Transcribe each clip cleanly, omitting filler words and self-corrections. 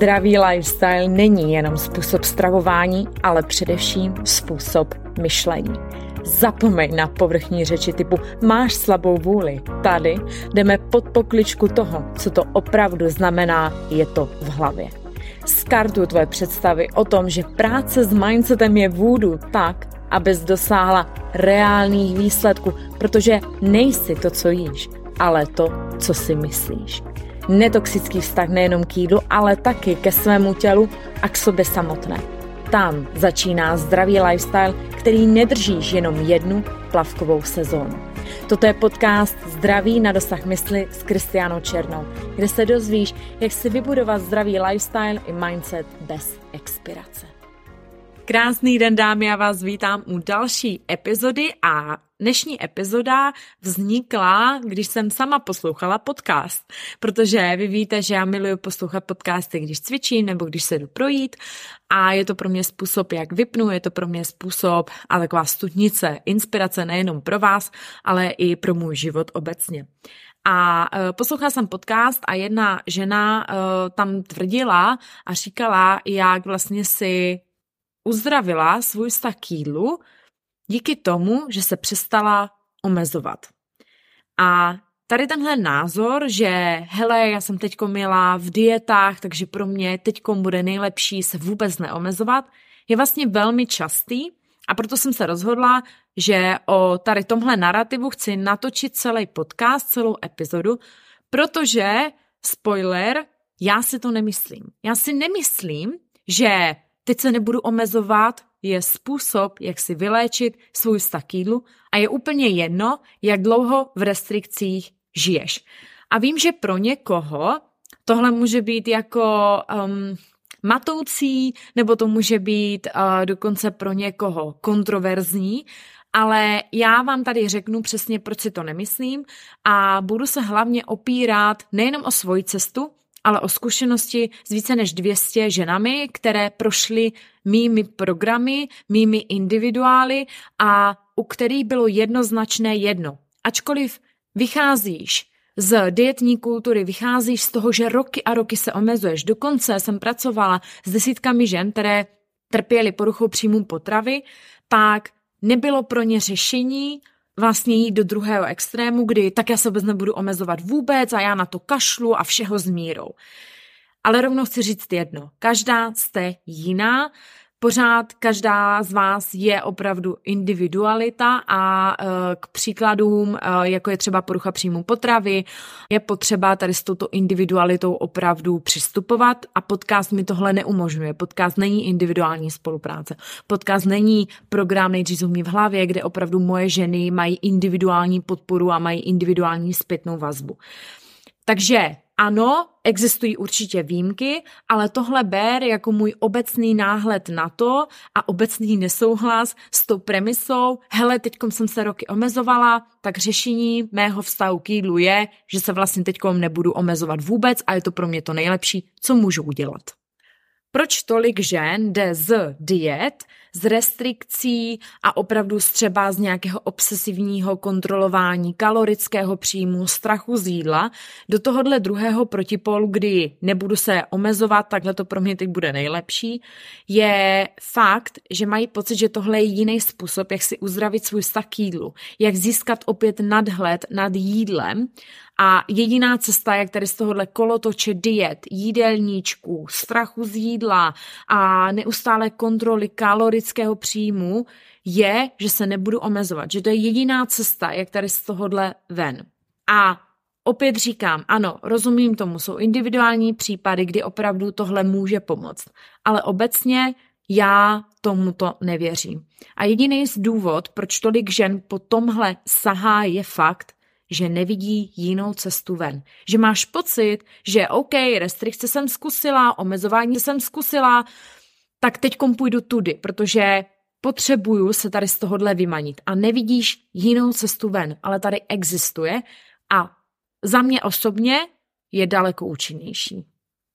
Zdravý lifestyle není jenom způsob stravování, ale především způsob myšlení. Zapomeň na povrchní řeči typu máš slabou vůli. Tady jdeme pod pokličku toho, co to opravdu znamená, je to v hlavě. Skartuj tvoje představy o tom, že práce s mindsetem je vůdu tak, abys dosáhla reálných výsledků, protože nejsi to, co jíš, ale to, co si myslíš. Netoxický vztah nejenom k jídlu, ale taky ke svému tělu a k sobě samotné. Tam začíná zdravý lifestyle, který nedržíš jenom jednu plavkovou sezónu. Toto je podcast Zdraví na dosah mysli s Kristiánou Černou, kde se dozvíš, jak si vybudovat zdravý lifestyle i mindset bez expirace. Krásný den, dámy, já vás vítám u další epizody a dnešní epizoda vznikla, když jsem sama poslouchala podcast, protože vy víte, že já miluji poslouchat podcasty, když cvičím nebo když se jdu projít a je to pro mě způsob, jak vypnu, je to pro mě způsob a taková studnice, inspirace nejenom pro vás, ale i pro můj život obecně. A poslouchala jsem podcast a jedna žena tam tvrdila a říkala, jak vlastně si uzdravila svůj vztah k jídlu díky tomu, že se přestala omezovat. A tady tenhle názor, že hele, já jsem teďko měla v dietách, takže pro mě teďko bude nejlepší se vůbec neomezovat, je vlastně velmi častý a proto jsem se rozhodla, že o tady tomhle narrativu chci natočit celý podcast, celou epizodu, protože, spoiler, já si to nemyslím. Já si nemyslím, že teď se nebudu omezovat, je způsob, jak si vyléčit svůj vztah k jídlu a je úplně jedno, jak dlouho v restrikcích žiješ. A vím, že pro někoho tohle může být jako matoucí, nebo to může být dokonce pro někoho kontroverzní, ale já vám tady řeknu přesně, proč si to nemyslím a budu se hlavně opírat nejenom o svoji cestu, ale o zkušenosti s více než 200 ženami, které prošly mými programy, mými individuály a u kterých bylo jednoznačné jedno. Ačkoliv vycházíš z dietní kultury, vycházíš z toho, že roky a roky se omezuješ. Dokonce jsem pracovala s desítkami žen, které trpěly poruchou příjmu potravy, tak nebylo pro ně řešení vlastně jít do druhého extrému, kdy tak já se vůbec nebudu omezovat vůbec a já na to kašlu a všeho s mírou. Ale rovnou chci říct jedno. Každá jste jiná, pořád každá z vás je opravdu individualita a k příkladům, jako je třeba porucha příjmu potravy, je potřeba tady s touto individualitou opravdu přistupovat a podcast mi tohle neumožňuje. Podcast není individuální spolupráce. Podcast není program Nejdřív v hlavě, kde opravdu moje ženy mají individuální podporu a mají individuální zpětnou vazbu. Takže ano, existují určitě výjimky, ale tohle ber jako můj obecný náhled na to a obecný nesouhlas s tou premisou, hele, teďkom jsem se roky omezovala, tak řešení mého vztahu k jídlu je, že se vlastně teďkom nebudu omezovat vůbec a je to pro mě to nejlepší, co můžu udělat. Proč tolik žen jde z diet, z restrikcí a opravdu třeba z nějakého obsesivního kontrolování kalorického příjmu, strachu z jídla do tohohle druhého protipólu, kdy nebudu se omezovat, takhle to pro mě teď bude nejlepší, je fakt, že mají pocit, že tohle je jiný způsob, jak si uzdravit svůj vztah k jídlu, jak získat opět nadhled nad jídlem. A jediná cesta, jak tady z tohohle kolotoče diet, jídelníčků, strachu z jídla a neustále kontroly kalorického příjmu, je, že se nebudu omezovat. Že to je jediná cesta, jak tady z tohohle ven. A opět říkám, ano, rozumím tomu, jsou individuální případy, kdy opravdu tohle může pomoct. Ale obecně já tomuto nevěřím. A jediný důvod, proč tolik žen po tomhle sahá, je fakt, že nevidí jinou cestu ven. Že máš pocit, že OK, restrikce jsem zkusila, omezování jsem zkusila, tak teďkom půjdu tudy, protože potřebuju se tady z tohohle vymanit. A nevidíš jinou cestu ven, ale tady existuje a za mě osobně je daleko účinnější.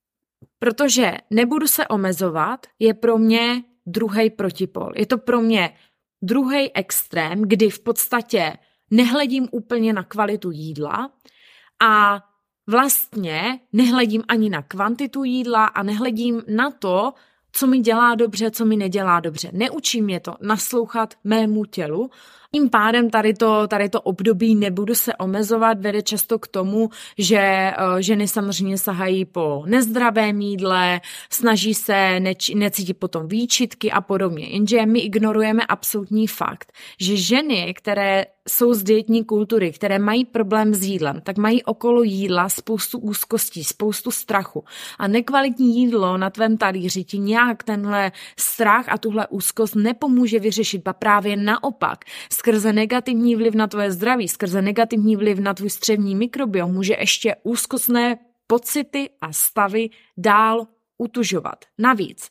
Protože nebudu se omezovat, je pro mě druhý protipol. Je to pro mě druhý extrém, kdy v podstatě nehledím úplně na kvalitu jídla a vlastně nehledím ani na kvantitu jídla a nehledím na to, co mi dělá dobře, co mi nedělá dobře. Neučí mě to naslouchat mému tělu. Tím pádem tady to období nebudu se omezovat, vede často k tomu, že ženy samozřejmě sahají po nezdravém jídle, snaží se necítit potom výčitky a podobně. Jenže my ignorujeme absolutní fakt, že ženy, které jsou z dietní kultury, které mají problém s jídlem, tak mají okolo jídla spoustu úzkostí, spoustu strachu. A nekvalitní jídlo na tvém talíři ti nějak tenhle strach a tuhle úzkost nepomůže vyřešit, a právě naopak, skrze negativní vliv na tvoje zdraví, skrze negativní vliv na tvůj střevní mikrobiom může ještě úzkostné pocity a stavy dál utužovat. Navíc,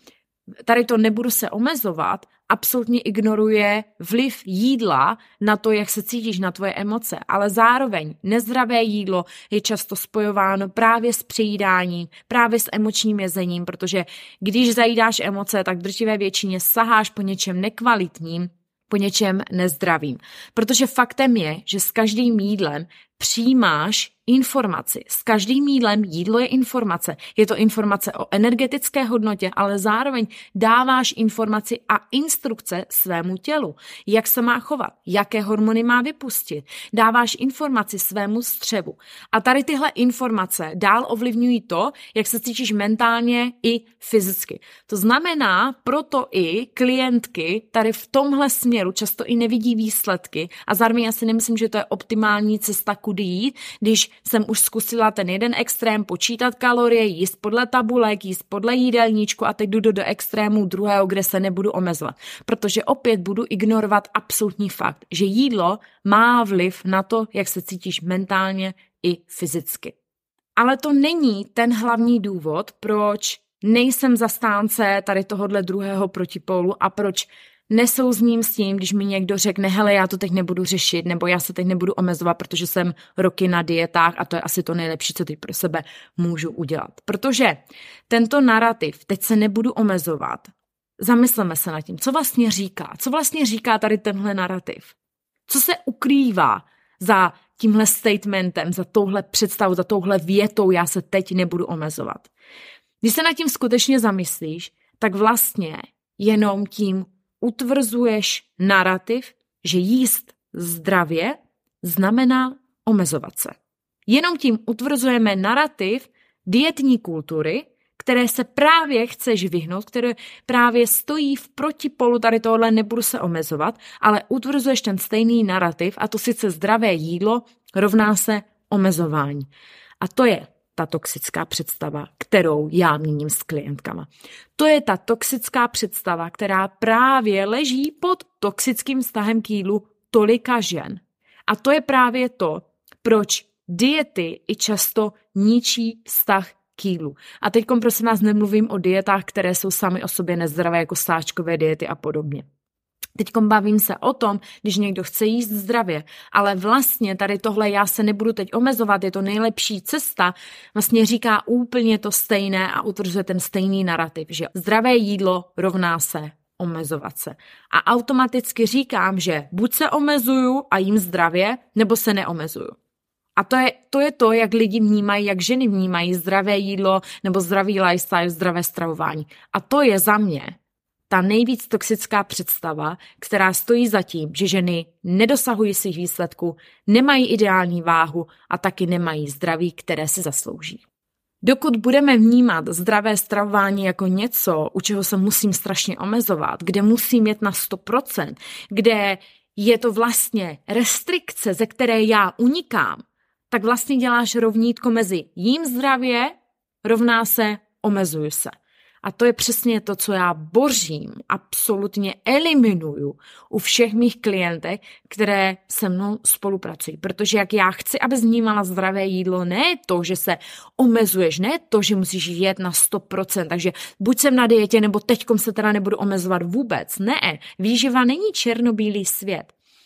tady to nebudu se omezovat, absolutně ignoruje vliv jídla na to, jak se cítíš, na tvoje emoce, ale zároveň nezdravé jídlo je často spojováno právě s přejídáním, právě s emočním jezením, protože když zajídáš emoce, tak v drtivé většině saháš po něčem nekvalitním, po něčem nezdravým. Protože faktem je, že s každým jídlem přijímáš informaci. S každým jídlem jídlo je informace. Je to informace o energetické hodnotě, ale zároveň dáváš informaci a instrukce svému tělu. Jak se má chovat, jaké hormony má vypustit. Dáváš informaci svému střevu. A tady tyhle informace dál ovlivňují to, jak se cítíš mentálně i fyzicky. To znamená, proto i klientky tady v tomhle směru často i nevidí výsledky a zároveň já si nemyslím, že to je optimální cesta, kudy jít, když jsem už zkusila ten jeden extrém, počítat kalorie, jíst podle tabulek, jíst podle jídelníčku a teď jdu do extrému druhého, kde se nebudu omezovat. Protože opět budu ignorovat absolutní fakt, že jídlo má vliv na to, jak se cítíš mentálně i fyzicky. Ale to není ten hlavní důvod, proč nejsem zastánce tady tohohle druhého protipólu a proč nesouzním s tím, když mi někdo řekne, hele, já to teď nebudu řešit, nebo já se teď nebudu omezovat, protože jsem roky na dietách a to je asi to nejlepší, co teď pro sebe můžu udělat. Protože tento narrativ, teď se nebudu omezovat, zamysleme se nad tím, co vlastně říká tady tenhle narrativ. Co se ukrývá za tímhle statementem, za touhle představou, za touhle větou, já se teď nebudu omezovat. Když se nad tím skutečně zamyslíš, tak vlastně jenom tím utvrzuješ narrativ, že jíst zdravě znamená omezovat se. Jenom tím utvrzujeme narrativ dietní kultury, které se právě chceš vyhnout, které právě stojí v protipolu tady tohle nebudu se omezovat, ale utvrzuješ ten stejný narrativ a to sice zdravé jídlo rovná se omezování. A to je ta toxická představa, kterou já měním s klientkama. To je ta toxická představa, která právě leží pod toxickým vztahem k jídlu tolika žen. A to je právě to, proč diety i často ničí vztah k jídlu. A teď prosím vás nemluvím o dietách, které jsou sami o sobě nezdravé, jako sáčkové diety a podobně. Teď bavím se o tom, když někdo chce jíst zdravě, ale vlastně tady tohle já se nebudu teď omezovat, je to nejlepší cesta, vlastně říká úplně to stejné a utvrzuje ten stejný narrativ, že zdravé jídlo rovná se omezovat se. A automaticky říkám, že buď se omezuju a jím zdravě, nebo se neomezuju. A to je to, jak lidi vnímají, jak ženy vnímají zdravé jídlo nebo zdravý lifestyle, zdravé stravování. A to je za mě ta nejvíc toxická představa, která stojí za tím, že ženy nedosahují svých výsledků, nemají ideální váhu a taky nemají zdraví, které si zaslouží. Dokud budeme vnímat zdravé stravování jako něco, u čeho se musím strašně omezovat, kde musím jet na 100%, kde je to vlastně restrikce, ze které já unikám, tak vlastně děláš rovnítko mezi jím zdravě rovná se omezuju se. A to je přesně to, co já bořím, absolutně eliminuju u všech mých klientek, které se mnou spolupracují. Protože jak já chci, aby vnímala zdravé jídlo, ne to, že se omezuješ, ne to, že musíš jet na 100%, takže buď jsem na dietě, nebo teďkom se teda nebudu omezovat vůbec. Ne, výživa není černobílý svět.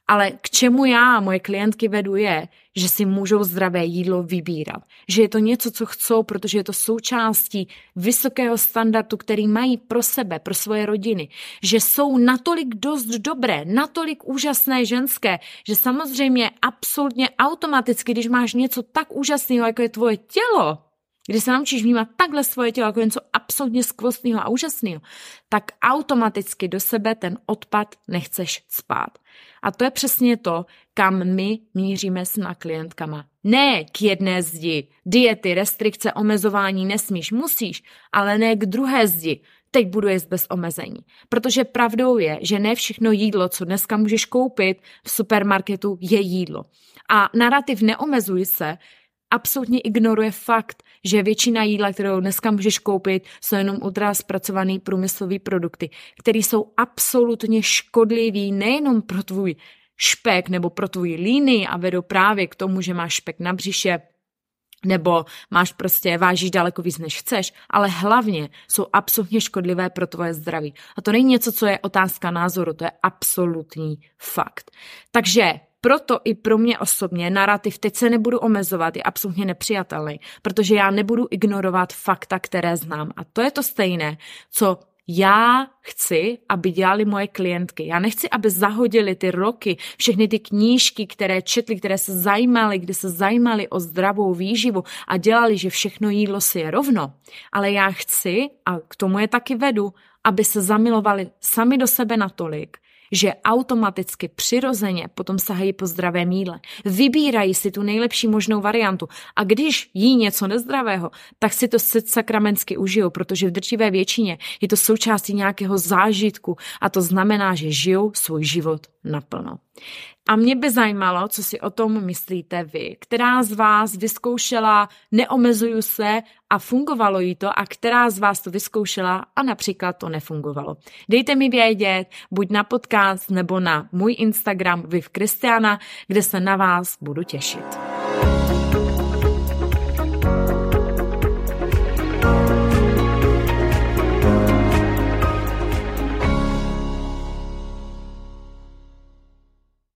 Ale k čemu já a moje klientky vedu je, že si můžou zdravé jídlo vybírat. Že je to něco, co chcou, protože je to součástí vysokého standardu, který mají pro sebe, pro svoje rodiny. Že jsou natolik dost dobré, natolik úžasné ženské, že samozřejmě absolutně automaticky, když máš něco tak úžasného, jako je tvoje tělo, když se naučíš vnímat takhle svoje tělo jako něco absolutně skvostného a úžasného, tak automaticky do sebe ten odpad nechceš cpát. A to je přesně to, kam my míříme s klientkama. Ne k jedné zdi, diety, restrikce, omezování, nesmíš, musíš, ale ne k druhé zdi. Teď budu jíst bez omezení. Protože pravdou je, že ne všechno jídlo, co dneska můžeš koupit v supermarketu, je jídlo. A narrativ neomezuj se absolutně ignoruje fakt, že většina jídla, kterou dneska můžeš koupit, jsou jenom ultra zpracované průmyslové produkty, které jsou absolutně škodlivý nejenom pro tvůj špek nebo pro tvůj línii a vedou právě k tomu, že máš špek na břiše, nebo vážíš daleko víc, než chceš, ale hlavně jsou absolutně škodlivé pro tvoje zdraví. A to není něco, co je otázka názoru, to je absolutní fakt. Takže proto i pro mě osobně narrativ teď se nebudu omezovat, je absolutně nepřijatelný, protože já nebudu ignorovat fakta, které znám. A to je to stejné, co já chci, aby dělali moje klientky. Já nechci, aby zahodili ty roky, všechny ty knížky, které četli, které se zajímaly, kde se zajímali o zdravou výživu a dělali, že všechno jídlo si je rovno. Ale já chci, a k tomu je taky vedu, aby se zamilovali sami do sebe natolik, že automaticky, přirozeně potom sahají po zdravém jídle. Vybírají si tu nejlepší možnou variantu. A když jí něco nezdravého, tak si to sakramensky užijou, protože v drtivé většině je to součástí nějakého zážitku a to znamená, že žijou svůj život naplno. A mě by zajímalo, co si o tom myslíte vy. Která z vás vyzkoušela neomezuju se a fungovalo jí to a která z vás to vyzkoušela a například to nefungovalo. Dejte mi vědět, buď na podcast nebo na můj Instagram Viv Kristiana, kde se na vás budu těšit.